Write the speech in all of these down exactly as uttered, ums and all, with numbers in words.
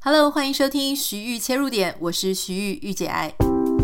Hello， 欢迎收听徐玉切入点，我是徐玉玉姐爱。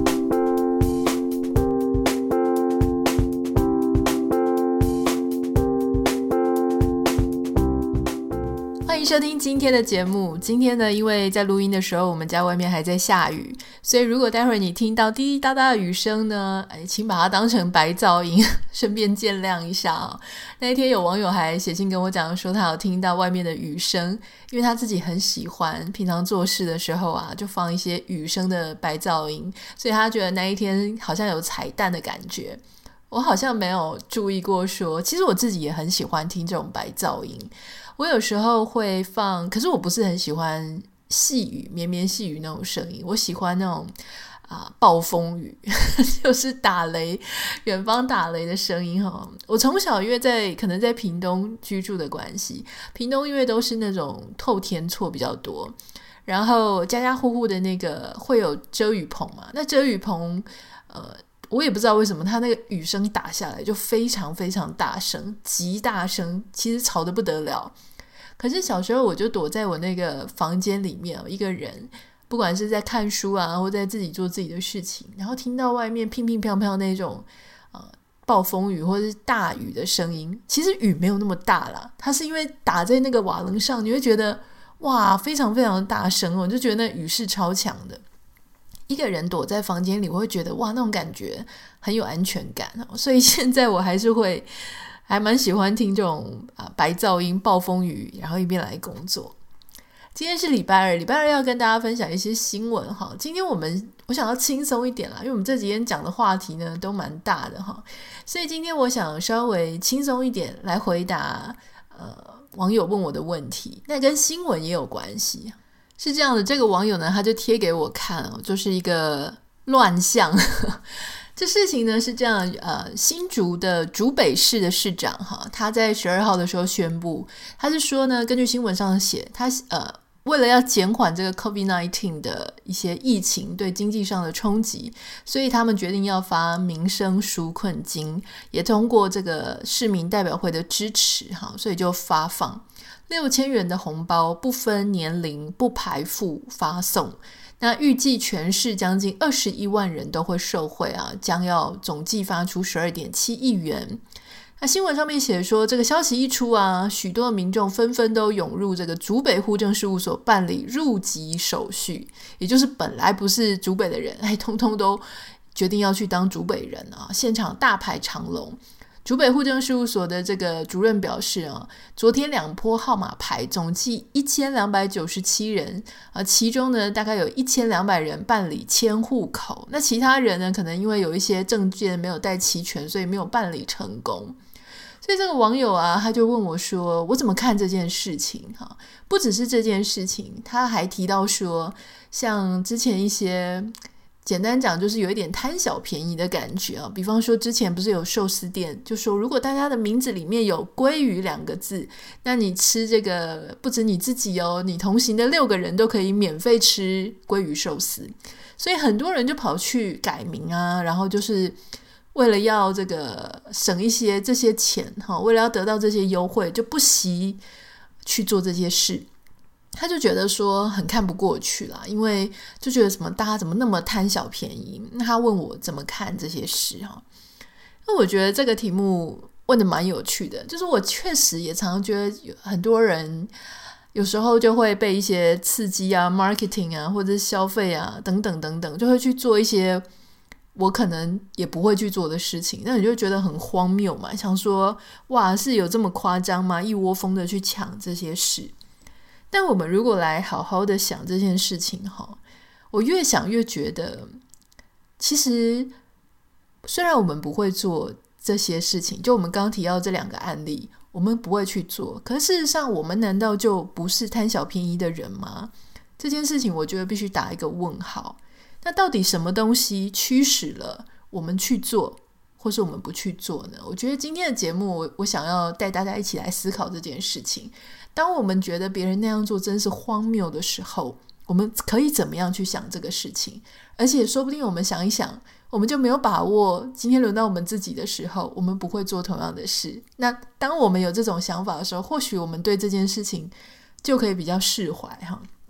欢迎收听今天的节目。今天呢，因为在录音的时候我们家外面还在下雨，所以如果待会儿你听到滴滴答答的雨声呢，哎，请把它当成白噪音，顺便见谅一下哦。那一天有网友还写信跟我讲说他有听到外面的雨声，因为他自己很喜欢平常做事的时候啊就放一些雨声的白噪音，所以他觉得那一天好像有彩蛋的感觉。我好像没有注意过说其实我自己也很喜欢听这种白噪音，我有时候会放，可是我不是很喜欢细雨绵绵细雨那种声音，我喜欢那种啊暴风雨就是打雷，远方打雷的声音哈。我从小因为在可能在屏东居住的关系，屏东因为都是那种透天厝比较多，然后家家户户的那个会有遮雨棚嘛，那遮雨棚呃我也不知道为什么它那个雨声打下来就非常非常大声，极大声，其实吵得不得了。可是小时候我就躲在我那个房间里面一个人，不管是在看书啊或在自己做自己的事情，然后听到外面乒乒乓乓那种呃暴风雨或者是大雨的声音，其实雨没有那么大啦，它是因为打在那个瓦楞上，你会觉得哇非常非常的大声哦，就觉得那雨是超强的。一个人躲在房间里，我会觉得哇那种感觉很有安全感，所以现在我还是会还蛮喜欢听这种、啊、白噪音暴风雨，然后一边来工作。今天是礼拜二，礼拜二要跟大家分享一些新闻哈。今天我们我想要轻松一点啦，因为我们这几天讲的话题呢都蛮大的哈，所以今天我想稍微轻松一点来回答呃网友问我的问题，那跟新闻也有关系。是这样的，这个网友呢他就贴给我看哦，就是一个乱象这事情呢是这样，呃，新竹的竹北市的市长哈，他在十二号的时候宣布，他是说呢，根据新闻上写，他呃为了要减缓这个 COVID 十九 的一些疫情对经济上的冲击，所以他们决定要发民生纾困金，也通过这个市民代表会的支持哈，所以就发放六千元的红包，不分年龄不排富发送。那预计全市将近二十一万人都会受惠啊，将要总计发出 十二点七亿元。那新闻上面写说，这个消息一出啊，许多民众纷纷都涌入这个竹北户政事务所办理入籍手续，也就是本来不是竹北的人，哎，通通都决定要去当竹北人啊，现场大排长龙。竹北户政事务所的这个主任表示啊，昨天两波号码牌总计一千两百九十七人啊，其中呢大概有一千两百人办理迁户口，那其他人呢可能因为有一些证件没有带齐全，所以没有办理成功。所以这个网友啊他就问我说我怎么看这件事情哈？不只是这件事情，他还提到说像之前一些简单讲就是有一点贪小便宜的感觉啊，比方说之前不是有寿司店就说如果大家的名字里面有鲑鱼两个字，那你吃这个不止你自己哦，你同行的六个人都可以免费吃鲑鱼寿司，所以很多人就跑去改名啊，然后就是为了要这个省一些这些钱，为了要得到这些优惠就不惜去做这些事。他就觉得说很看不过去啦，因为就觉得什么大家怎么那么贪小便宜，那他问我怎么看这些事哈。那我觉得这个题目问得蛮有趣的，就是我确实也常常觉得有很多人有时候就会被一些刺激啊 marketing 啊或者是消费啊等等等等，就会去做一些我可能也不会去做的事情，那你就觉得很荒谬嘛，想说哇是有这么夸张吗？一窝蜂的去抢这些事。但我们如果来好好的想这件事情，我越想越觉得其实虽然我们不会做这些事情，就我们刚刚提到这两个案例我们不会去做，可是事实上我们难道就不是贪小便宜的人吗？这件事情我觉得必须打一个问号。那到底什么东西驱使了我们去做或是我们不去做呢？我觉得今天的节目 我, 我想要带大家一起来思考这件事情。当我们觉得别人那样做真是荒谬的时候，我们可以怎么样去想这个事情？而且说不定我们想一想，我们就没有把握今天轮到我们自己的时候，我们不会做同样的事。那当我们有这种想法的时候，或许我们对这件事情就可以比较释怀哈。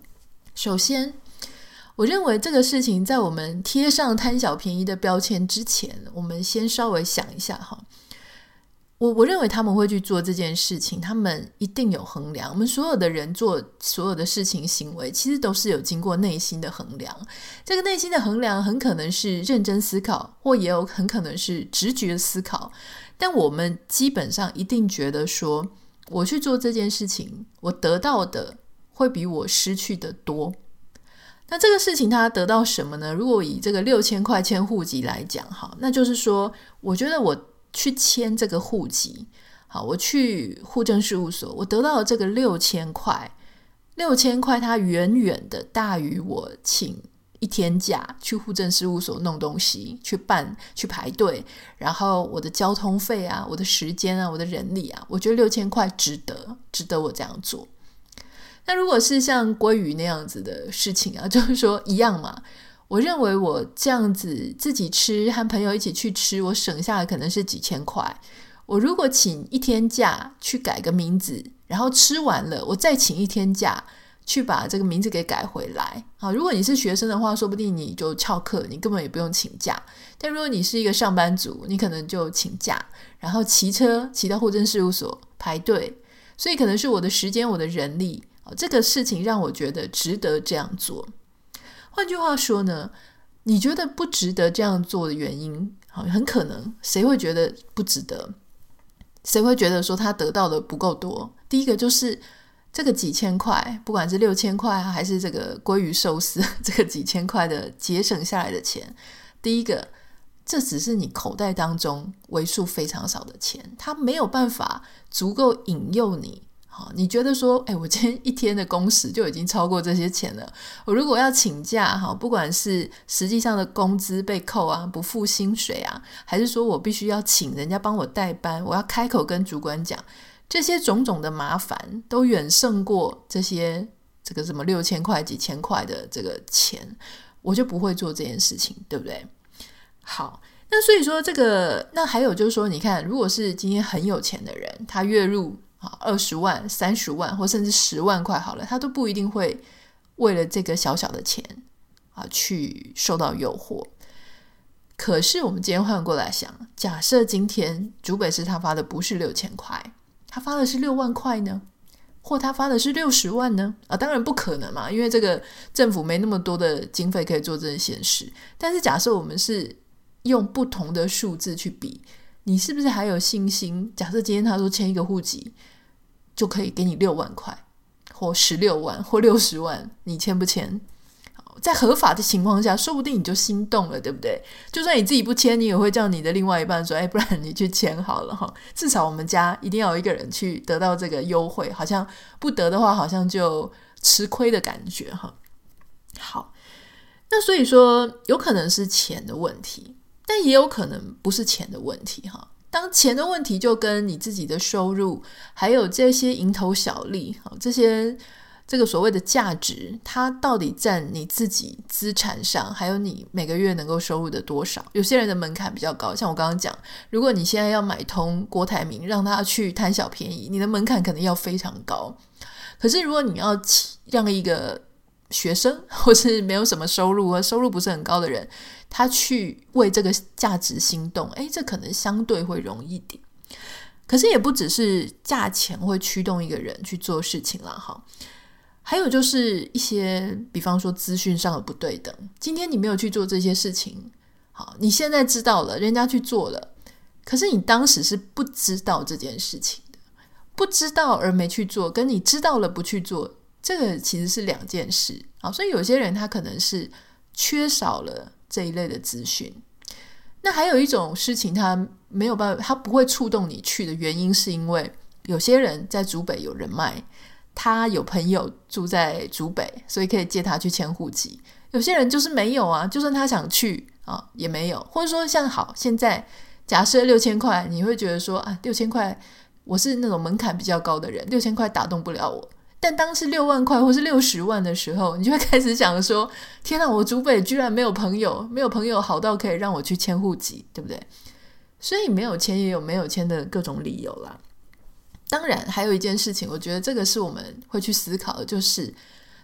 首先我认为这个事情在我们贴上贪小便宜的标签之前，我们先稍微想一下哈。我我认为他们会去做这件事情，他们一定有衡量。我们所有的人做所有的事情行为，其实都是有经过内心的衡量。这个内心的衡量很可能是认真思考，或也有很可能是直觉思考。但我们基本上一定觉得说，我去做这件事情，我得到的会比我失去的多。那这个事情他得到什么呢？如果以这个六千块迁户籍来讲，好，那就是说，我觉得我去迁这个户籍，好，我去户政事务所，我得到了这个六千块，六千块它远远的大于我请一天假去户政事务所弄东西，去办，去排队，然后我的交通费啊，我的时间啊，我的人力啊，我觉得六千块值得，值得我这样做。那如果是像鲑鱼那样子的事情啊，就是说一样嘛。我认为我这样子自己吃，和朋友一起去吃，我省下的可能是几千块。我如果请一天假去改个名字，然后吃完了，我再请一天假去把这个名字给改回来。好，如果你是学生的话，说不定你就翘课，你根本也不用请假。但如果你是一个上班族，你可能就请假，然后骑车骑到户政事务所排队。所以可能是我的时间，我的人力，这个事情让我觉得值得这样做。换句话说呢，你觉得不值得这样做的原因，很可能谁会觉得不值得？谁会觉得说他得到的不够多？第一个就是这个几千块，不管是六千块还是这个鲑鱼寿司这个几千块的节省下来的钱，第一个这只是你口袋当中为数非常少的钱，它没有办法足够引诱你。好，你觉得说，哎，我今天一天的工时就已经超过这些钱了，我如果要请假，好，不管是实际上的工资被扣啊，不付薪水啊，还是说我必须要请人家帮我代班，我要开口跟主管讲，这些种种的麻烦都远胜过这些这个什么六千块几千块的这个钱，我就不会做这件事情，对不对？好，那所以说这个，那还有就是说，你看，如果是今天很有钱的人，他月入二十万、三十万或甚至十万块好了，他都不一定会为了这个小小的钱啊去受到诱惑。可是我们今天换过来想，假设今天竹北市他发的不是六千块，他发的是六万块呢？或他发的是六十万呢？啊，当然不可能嘛，因为这个政府没那么多的经费可以做这件事。但是假设我们是用不同的数字去比，你是不是还有信心？假设今天他说签一个户籍就可以给你六万块，或十六万，或六十万，你签不签？在合法的情况下，说不定你就心动了，对不对？就算你自己不签，你也会叫你的另外一半说，哎，不然你去签好了哈。至少我们家一定要有一个人去得到这个优惠，好像不得的话，好像就吃亏的感觉哈。好，那所以说有可能是钱的问题，但也有可能不是钱的问题哈。当钱的问题就跟你自己的收入，还有这些蝇头小利，这些这个所谓的价值，它到底占你自己资产上，还有你每个月能够收入的多少。有些人的门槛比较高，像我刚刚讲，如果你现在要买通郭台铭让他去贪小便宜，你的门槛可能要非常高。可是如果你要让一个学生或是没有什么收入或收入不是很高的人，他去为这个价值心动，诶，这可能相对会容易点。可是也不只是价钱会驱动一个人去做事情啦哈，还有就是一些比方说资讯上的不对等。今天你没有去做这些事情，好，你现在知道了，人家去做了，可是你当时是不知道这件事情的，不知道而没去做，跟你知道了不去做，这个其实是两件事。好，所以有些人他可能是缺少了这一类的资讯。那还有一种事情他没有办法，他不会触动你去的原因，是因为有些人在竹北有人脉，他有朋友住在竹北，所以可以借他去迁户籍。有些人就是没有啊，就算他想去啊也没有。或者说像好，现在假设六千块，你会觉得说啊，六千块我是那种门槛比较高的人，六千块打动不了我。但当是六万块或是六十万的时候，你就会开始想说，天哪，我竹北居然没有朋友，没有朋友好到可以让我去迁户籍，对不对？所以没有签也有没有签的各种理由啦。当然还有一件事情，我觉得这个是我们会去思考的，就是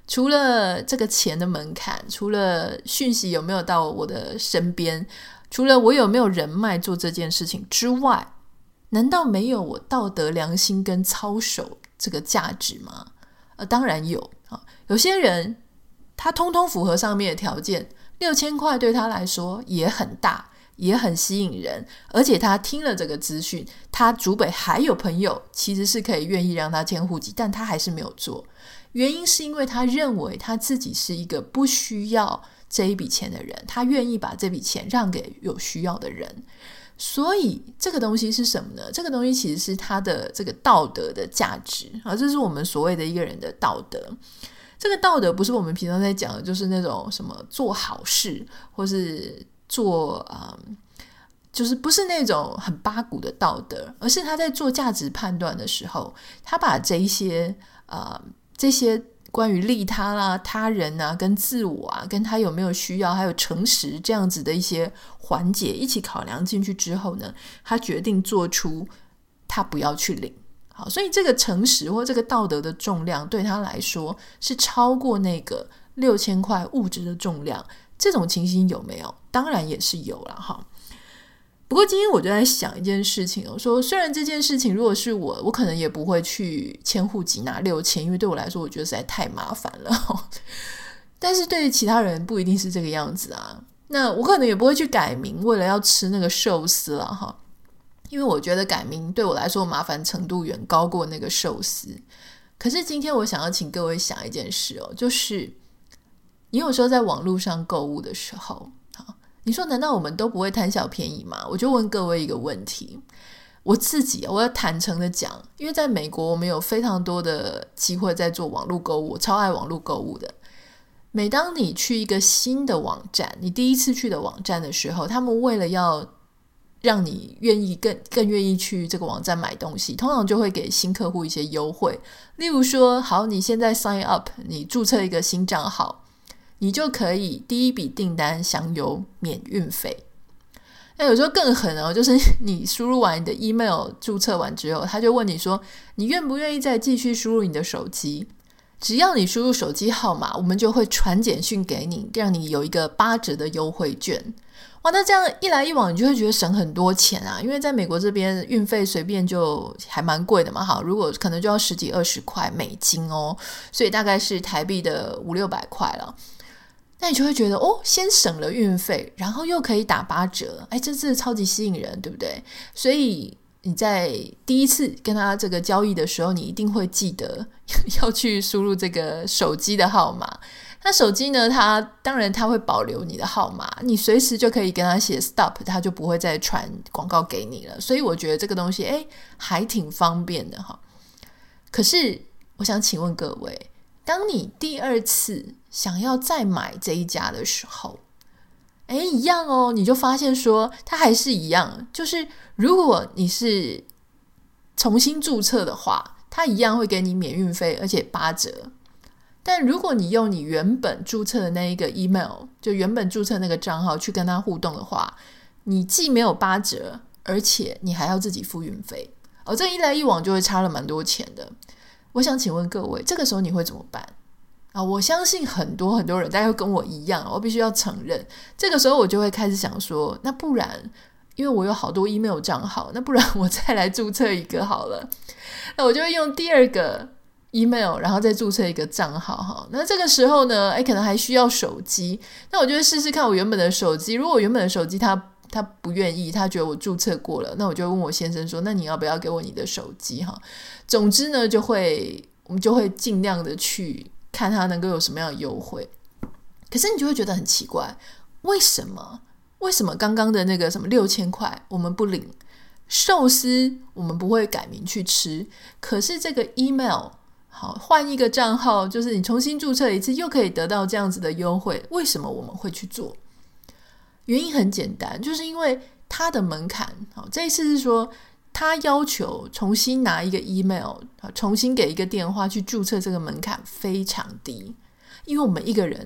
除了这个钱的门槛，除了讯息有没有到我的身边，除了我有没有人脉做这件事情之外，难道没有我道德良心跟操守这个价值吗？呃，当然有。有些人他通通符合上面的条件，六千块对他来说也很大，也很吸引人，而且他听了这个资讯，他竹北还有朋友其实是可以愿意让他迁户籍，但他还是没有做。原因是因为他认为他自己是一个不需要这一笔钱的人，他愿意把这笔钱让给有需要的人。所以这个东西是什么呢？这个东西其实是他的这个道德的价值啊，这是我们所谓的一个人的道德。这个道德不是我们平常在讲的，就是那种什么做好事，或是做嗯，就是不是那种很八股的道德，而是他在做价值判断的时候，他把这一些呃这些关于利他啦、他人啊、跟自我啊、跟他有没有需要，还有诚实这样子的一些环节一起考量进去之后呢，他决定做出他不要去领。好，所以这个诚实或这个道德的重量对他来说是超过那个六千块物质的重量。这种情形有没有？当然也是有啦哈。不过今天我就在想一件事情哦，说虽然这件事情如果是我，我可能也不会去迁户籍拿六千，因为对我来说我觉得实在太麻烦了。但是对于其他人不一定是这个样子啊。那我可能也不会去改名，为了要吃那个寿司啦哈。因为我觉得改名对我来说麻烦程度远高过那个寿司。可是今天我想要请各位想一件事哦，就是你有时候在网络上购物的时候，你说难道我们都不会贪小便宜吗？我就问各位一个问题，我自己我要坦诚的讲，因为在美国我们有非常多的机会在做网络购物，我超爱网络购物的。每当你去一个新的网站，你第一次去的网站的时候，他们为了要让你愿意更更愿意去这个网站买东西，通常就会给新客户一些优惠。例如说，好，你现在 sign up， 你注册一个新账号，你就可以第一笔订单享有免运费。那有时候更狠哦，就是你输入完你的 email 注册完之后，他就问你说，你愿不愿意再继续输入你的手机？只要你输入手机号码，我们就会传简讯给你，让你有一个八折的优惠券。哇，那这样一来一往，你就会觉得省很多钱啊！因为在美国这边运费随便就还蛮贵的嘛，好，如果可能就要十几二十块美金哦，所以大概是台币的五六百块了。那你就会觉得哦，先省了运费，然后又可以打八折，哎，这是超级吸引人，对不对？所以你在第一次跟他这个交易的时候，你一定会记得要去输入这个手机的号码。那手机呢，它当然它会保留你的号码，你随时就可以跟他写 stop， 它就不会再传广告给你了。所以我觉得这个东西哎，还挺方便的哈。可是我想请问各位，当你第二次想要再买这一家的时候，哎，一样哦，你就发现说它还是一样，就是如果你是重新注册的话，它一样会给你免运费，而且八折。但如果你用你原本注册的那一个 email， 就原本注册那个账号去跟他互动的话，你既没有八折，而且你还要自己付运费。哦，这一来一往就会差了蛮多钱的。我想请问各位，这个时候你会怎么办？啊，我相信很多很多人大概会跟我一样，我必须要承认，这个时候我就会开始想说，那不然因为我有好多 email 账号，那不然我再来注册一个好了。那我就会用第二个 email 然后再注册一个账号哈。那这个时候呢，哎，可能还需要手机，那我就会试试看我原本的手机，如果我原本的手机它他不愿意，他觉得我注册过了，那我就问我先生说，那你要不要给我你的手机哈？总之呢，就会我们就会尽量的去看他能够有什么样的优惠。可是你就会觉得很奇怪，为什么为什么刚刚的那个什么六千块我们不领，寿司我们不会改名去吃，可是这个 email 好换一个账号，就是你重新注册一次又可以得到这样子的优惠，为什么我们会去做？原因很简单，就是因为它的门槛，这一次是说他要求重新拿一个 email， 重新给一个电话去注册，这个门槛非常低。因为我们一个人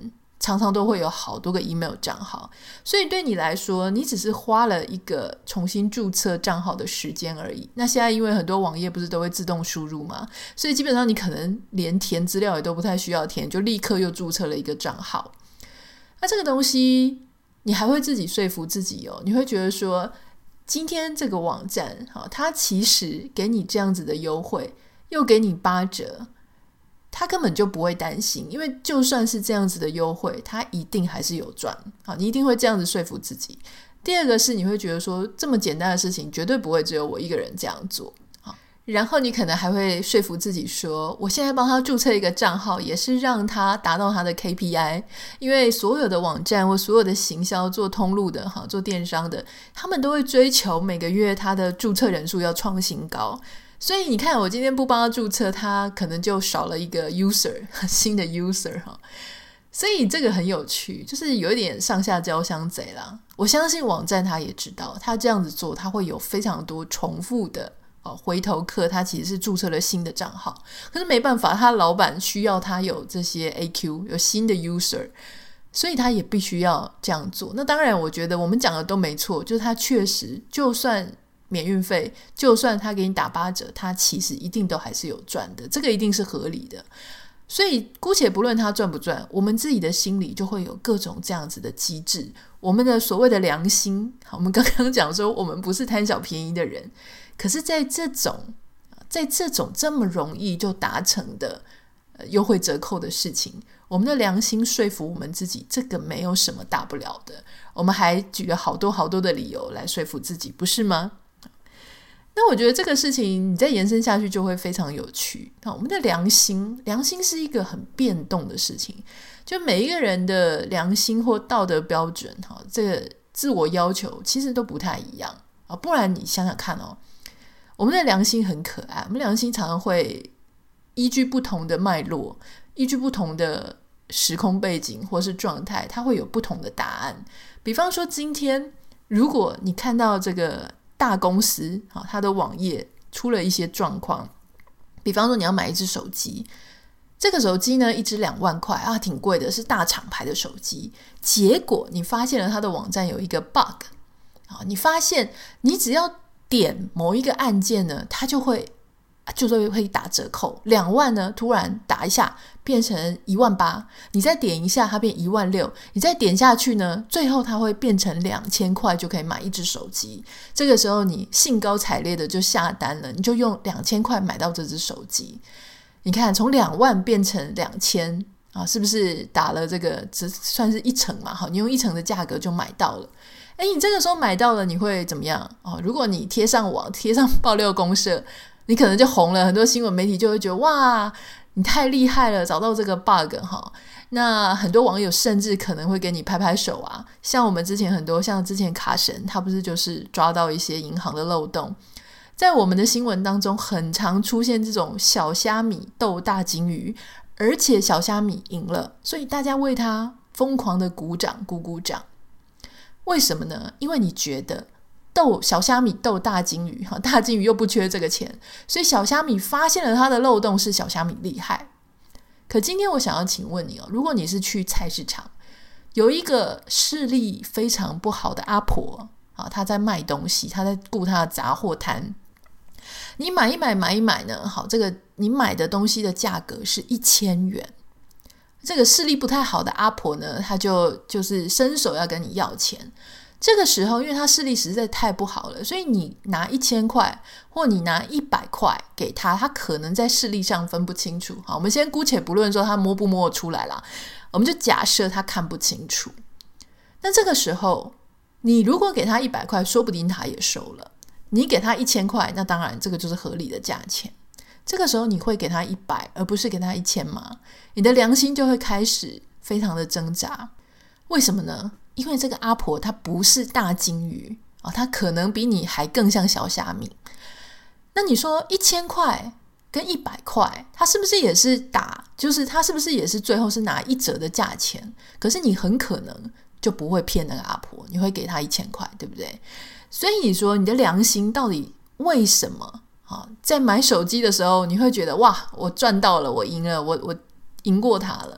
常常都会有好多个 email 账号，所以对你来说你只是花了一个重新注册账号的时间而已。那现在因为很多网页不是都会自动输入吗，所以基本上你可能连填资料也都不太需要填，就立刻又注册了一个账号。那这个东西你还会自己说服自己哦，你会觉得说今天这个网站它其实给你这样子的优惠，又给你八折，他根本就不会担心，因为就算是这样子的优惠，他一定还是有赚。好，你一定会这样子说服自己。第二个是你会觉得说这么简单的事情绝对不会只有我一个人这样做。好，然后你可能还会说服自己说我现在帮他注册一个账号也是让他达到他的 K P I， 因为所有的网站或所有的行销做通路的做电商的，他们都会追求每个月他的注册人数要创新高，所以你看我今天不帮他注册，他可能就少了一个 user 新的 user 哈，所以这个很有趣，就是有一点上下交相贼啦。我相信网站他也知道他这样子做他会有非常多重复的、哦、回头客，他其实是注册了新的账号，可是没办法，他老板需要他有这些 A Q 有新的 user， 所以他也必须要这样做。那当然我觉得我们讲的都没错，就是他确实就算免运费，就算他给你打八折，他其实一定都还是有赚的，这个一定是合理的。所以姑且不论他赚不赚，我们自己的心里就会有各种这样子的机制，我们的所谓的良心，我们刚刚讲说我们不是贪小便宜的人，可是在这种在这种这么容易就达成的优惠折扣的事情，我们的良心说服我们自己这个没有什么大不了的，我们还举了好多好多的理由来说服自己，不是吗？那我觉得这个事情你再延伸下去就会非常有趣。我们的良心良心是一个很变动的事情，就每一个人的良心或道德标准这个自我要求其实都不太一样，不然你想想看哦，我们的良心很可爱，我们良心常常会依据不同的脉络，依据不同的时空背景或是状态，它会有不同的答案。比方说今天如果你看到这个大公司它的网页出了一些状况，比方说你要买一只手机，这个手机呢一只两万块啊，挺贵的，是大厂牌的手机，结果你发现了它的网站有一个 bug， 你发现你只要点某一个按键呢，它就会就是会打折扣，两万呢突然打一下变成一万八，你再点一下它变一万六，你再点下去呢，最后它会变成两千块就可以买一只手机。这个时候你兴高采烈的就下单了，你就用两千块买到这只手机。你看从两万变成两千啊，是不是打了这个只算是一成嘛？好，你用一成的价格就买到了。诶，你这个时候买到了你会怎么样？哦，如果你贴上网贴上爆料公社，你可能就红了，很多新闻媒体就会觉得哇你太厉害了，找到这个 bug 哈。那很多网友甚至可能会给你拍拍手啊，像我们之前很多像之前卡神他不是就是抓到一些银行的漏洞，在我们的新闻当中很常出现这种小虾米斗大金鱼，而且小虾米赢了，所以大家为他疯狂的鼓掌鼓鼓掌。为什么呢？因为你觉得斗小虾米斗大金鱼，大金鱼又不缺这个钱，所以小虾米发现了它的漏洞，是小虾米厉害。可今天我想要请问你哦，如果你是去菜市场，有一个视力非常不好的阿婆，她在卖东西，她在顾她的杂货摊，你买一买买一买呢，好，这个你买的东西的价格是一千元，这个视力不太好的阿婆呢，她就就是伸手要跟你要钱。这个时候因为他视力实在太不好了，所以你拿一千块或你拿一百块给他，他可能在视力上分不清楚。好，我们先姑且不论说他摸不摸得出来啦，我们就假设他看不清楚。那这个时候你如果给他一百块，说不定他也收了，你给他一千块，那当然这个就是合理的价钱。这个时候你会给他一百而不是给他一千吗？你的良心就会开始非常的挣扎。为什么呢？因为这个阿婆她不是大金鱼，哦，她可能比你还更像小虾米。那你说一千块跟一百块，她是不是也是打，就是她是不是也是最后是拿一折的价钱？可是你很可能就不会骗那个阿婆，你会给她一千块，对不对？所以你说你的良心到底为什么？哦，在买手机的时候你会觉得哇我赚到了，我赢了，我我赢过他了。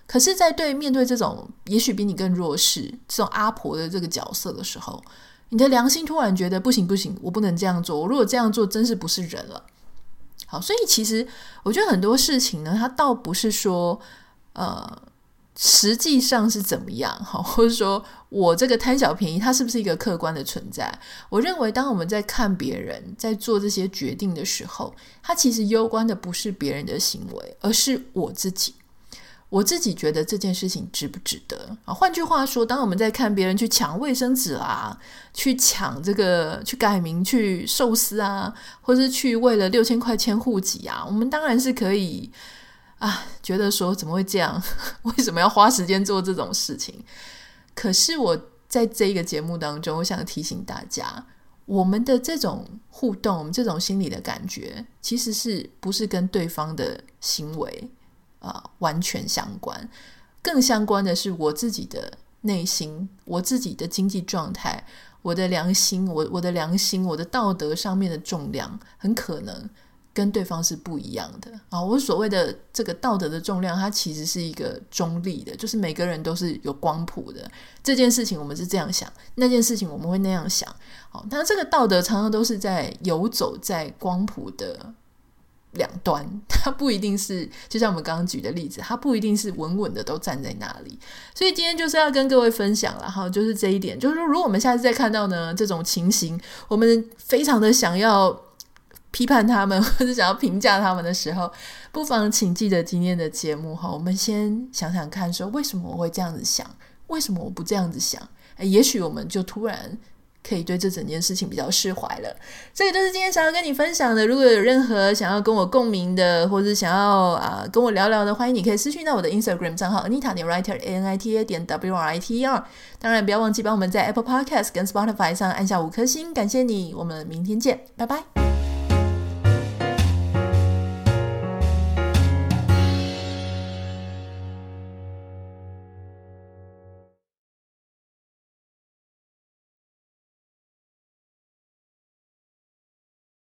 可是在对面对这种也许比你更弱势这种阿婆的这个角色的时候，你的良心突然觉得不行不行，我不能这样做，我如果这样做真是不是人了。好，所以其实我觉得很多事情呢，它倒不是说呃实际上是怎么样，或者说我这个贪小便宜它是不是一个客观的存在。我认为当我们在看别人在做这些决定的时候，它其实攸关的不是别人的行为，而是我自己我自己觉得这件事情值不值得。换句话说，当我们在看别人去抢卫生纸啊，去抢这个去改名去寿司啊，或是去为了六千块迁户籍啊，我们当然是可以啊，觉得说怎么会这样为什么要花时间做这种事情。可是我在这个节目当中，我想提醒大家，我们的这种互动，我们这种心理的感觉，其实是不是跟对方的行为呃、完全相关，更相关的是我自己的内心，我自己的经济状态，我的良心，我我的良心，我的道德上面的重量，很可能跟对方是不一样的啊。我所谓的这个道德的重量，它其实是一个中立的，就是每个人都是有光谱的。这件事情我们是这样想，那件事情我们会那样想。好，那这个道德常常都是在游走在光谱的两端，它不一定是就像我们刚刚举的例子，它不一定是稳稳的都站在那里。所以今天就是要跟各位分享了哈，就是这一点，就是说如果我们下次再看到呢这种情形，我们非常的想要批判他们或者想要评价他们的时候，不妨请记得今天的节目哈，我们先想想看说为什么我会这样子想，为什么我不这样子想，也许我们就突然可以对这整件事情比较释怀了。这个就是今天想要跟你分享的，如果有任何想要跟我共鸣的，或者想要、呃、跟我聊聊的，欢迎你可以私讯到我的 Instagram 账号 Anita 点 Writer A N I T A 点 W R I T E R。 当然不要忘记帮我们在 Apple Podcast 跟 Spotify 上按下五颗星，感谢你，我们明天见，拜拜。